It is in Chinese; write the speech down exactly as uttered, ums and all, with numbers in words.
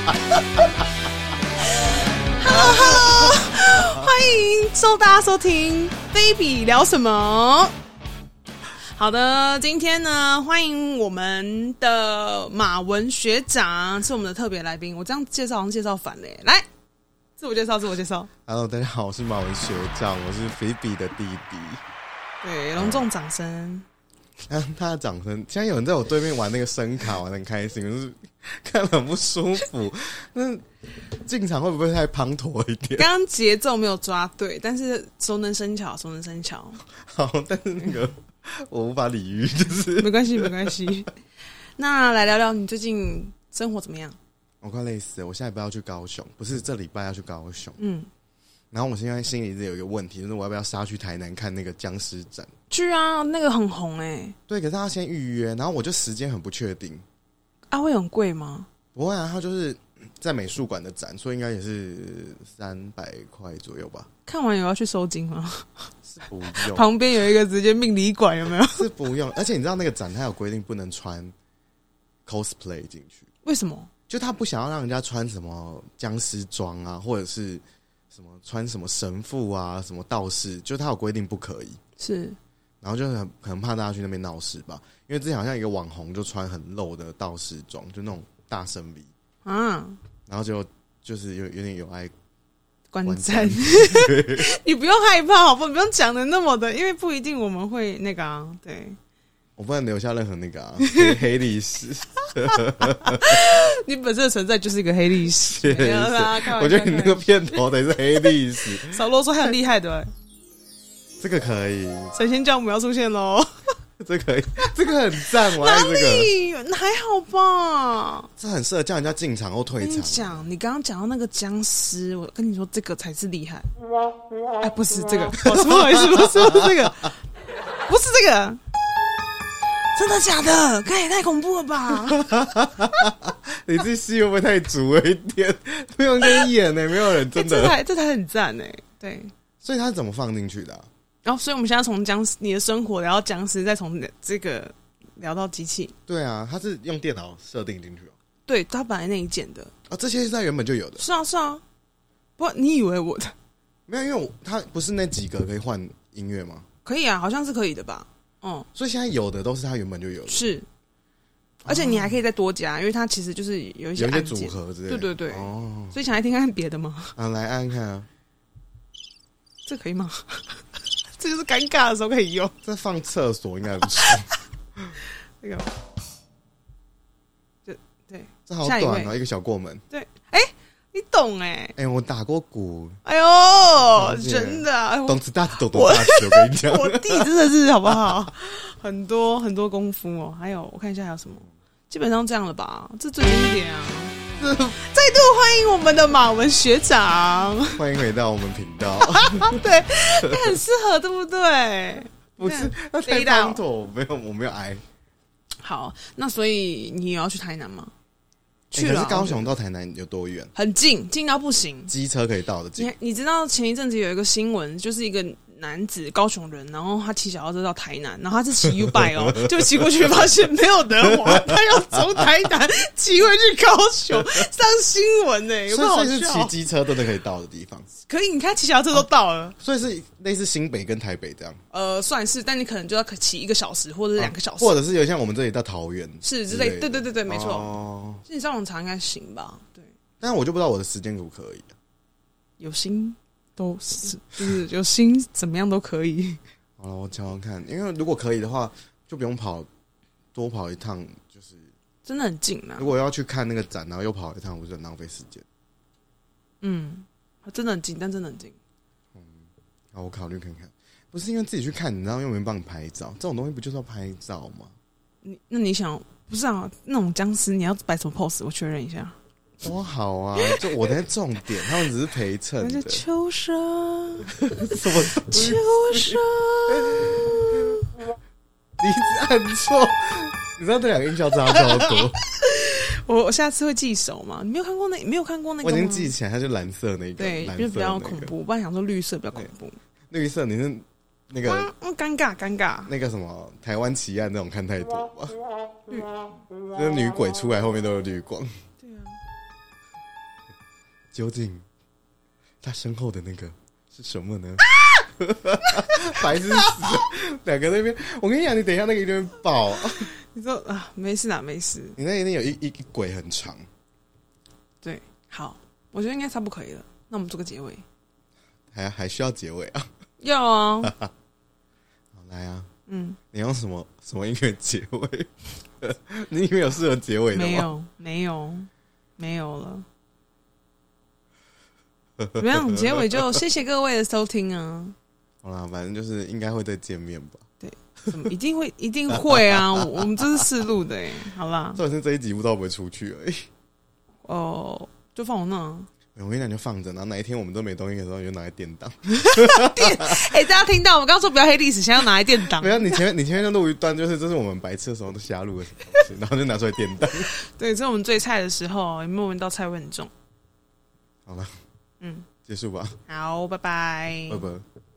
Hello Hello， 欢迎收大家收听 Baby 聊什么。好的，今天呢，欢迎我们的马文学长，是我们的特别来宾。我这样介绍好像介绍反了耶，来自我介绍，自我介绍。 Hello， 大家好，我是马文学长，我是菲比的弟弟。 对，隆重掌声。 啊，他的掌声！现在有人在我对面玩那个声卡，玩得很开心，就是看了很不舒服。那进场会不会太滂沱一点？ 刚刚节奏没有抓对，但是熟能生巧，熟能生巧。 好，但是那个我无法理喻，就是没关系，没关系。那来聊聊你最近生活怎么样？ 我快累死了，我下礼拜要去高雄，不是这礼拜要去高雄。嗯。然后我现在心里一直有一个问题，就是我要不要杀去台南看那个僵尸展？ 去啊，那个很红哎、欸。 对，可是他要先预约，然后我就时间很不确定。 啊，会很贵吗？ 不会啊，他就是在美术馆的展，所以应该也是三百块左右吧。 看完有要去收金吗？ 是不用。 旁边有一个直接命理馆，有没有？ 是不用，而且你知道那个展它有规定不能穿 cosplay 进去。 为什么？ 就他不想要让人家穿什么僵尸装啊，或者是什么穿什么神父啊，什么道士，就他有规定不可以。 是。 然后就很可能怕大家去那边闹事吧，因为之前好像一个网红就穿很露的道士装，就那种大圣 V 啊，然后就就是有有点有爱观战，你不用害怕，好不好？不用讲的那么的，因为不一定我们会那个啊，对， 我不能留下任何那个啊黑历史。 你本身的存在就是一个黑历史， 我觉得你那个片头得是黑历史， 少啰嗦，还很厉害的、欸。 这个可以， 神仙教母要出现喽！ 这可以，这个很赞，我爱这个。 哪里还好吧？ 这很适合叫人家进场或退场。 跟你讲，你刚刚讲到那个僵尸，我跟你说，这个才是厉害。哎，不是这个，不好意思，不是不是这个，不是这个，真的假的？看也太恐怖了吧！ 你这戏会不会太足了一点？没有人演呢、欸，没有人真的。 欸、这台这台很赞哎、欸，对。 所以他是怎么放进去的、啊？ 然后、哦，所以我们现在从僵尸你的生活聊到僵尸，再从这个聊到机器。对啊，他是用电脑设定进去哦。 对，他本来那一件的啊、 哦，这些是他原本就有的。 是啊，是啊。不，你以为我的没有？因为我他不是那几个可以换音乐吗？ 可以啊，好像是可以的吧？嗯， 所以现在有的都是他原本就有的。 是，而且你还可以再多加，因为它其其实有一些有一些组合之类的。 对对对。哦，所以想来听看别的吗？ 啊，来按看啊。 这可以吗？这就是尴尬的时候可以用。 这放厕所应该不错。 这个，对对， 这好短哦，一个小过门。 对，哎、欸，你懂哎、欸？ 哎、欸，我打过鼓。 哎呦，真的、啊， 懂子大子，懂懂大子，我跟你讲， 我弟真的是好不好？很多很多功夫哦。还有，我看一下还有什么，基本上这样了吧？这最经典啊。再度欢迎我们的马文学长， 欢迎回到我们频道。 对，很适合，对不对？ 不是，那太滂沱，我没有，我没有挨。 好，那所以你有要去台南吗？ 去了。欸、可是高雄到台南有多远？ 很近，近到不行， 机车可以到的近。 你你知道前一阵子有一个新闻，就是一个男子高雄人，然后他骑小轿车到台南，然后他是骑 U-Bike 哦，就骑过去发现没有德华，他要从台南骑回去高雄，上新闻呢、欸，有没有好笑？ 所以是骑机车真的可以到的地方。 可以，你看骑小轿车都到了、哦， 所以是类似新北跟台北这样。 呃，算是，但你可能就要骑一个小时或者是两个小时、 啊，或者是有像我们这里到桃园是之类，对对对对，没错。 哦， 你上网查应该行吧？对， 但我就不知道我的时间可不可以、啊。 有心。都是就是有心怎么样都可以。 好了，我瞧瞧看，因为如果可以的话，就不用跑，多跑一趟就是真的很近啊。 如果要去看那个展，然后又跑一趟，我就很浪费时间。 嗯，真的很近，但真的很近。 嗯，好，我考虑看看。不是因为自己去看，你知道又没人帮你拍照，这种东西不就是要拍照吗？ 你那你想不是啊？那种僵尸你要摆什么 pose？ 我确认一下。 多好啊！就我的重点，他们只是陪衬的。 秋生， 什么秋生？ 你一直按错，你知道这两个音效差超多。 我我下次会记熟嘛？你没有看过那？没有看过那个？ 我已经记起来，它是蓝色那个， 对， 蓝就比较恐怖。我本来想说绿色比较恐怖， 绿色你是那个嗯，尴尬尴尬。 那个什么台湾奇案那种看太多吧？绿，就是女鬼出来后面都有绿光。 究竟他身后的那个是什么呢？白痴死了，两个那边，我跟你讲，你等一下那个一定会爆。 你说啊，没事啦，没事。 你那一定有一一一轨很长。 对，好，我觉得应该差不多可以了。那我们做个结尾， 还还需要结尾啊？ 要啊。 好，来啊， 嗯， 你用什么什么音乐结尾？你以为有适合结尾的吗？ 没有，没有，没有了。怎么样？结尾就谢谢各位的收听啊。 好啦，反正就是应该会再见面吧。 对，怎么一定会，一定会啊！我们这是试录的哎，好啦。 重点是这一集不知道会不会出去而已。 哦，就放我那。 我跟你讲，就放着，然后哪一天我们都没东西的时候，你就拿来垫档。 垫，哎、欸，大家听到我们刚刚说不要黑历史，现在要拿来垫档。 没有，你前面你前面就录一段，就是这是我们白痴的时候都瞎录的东西，然后就拿出来垫档。对， 这是我们最菜的时候，有没有闻到菜味很重？ 好了， 嗯， 结束吧。 好，拜拜， 拜拜。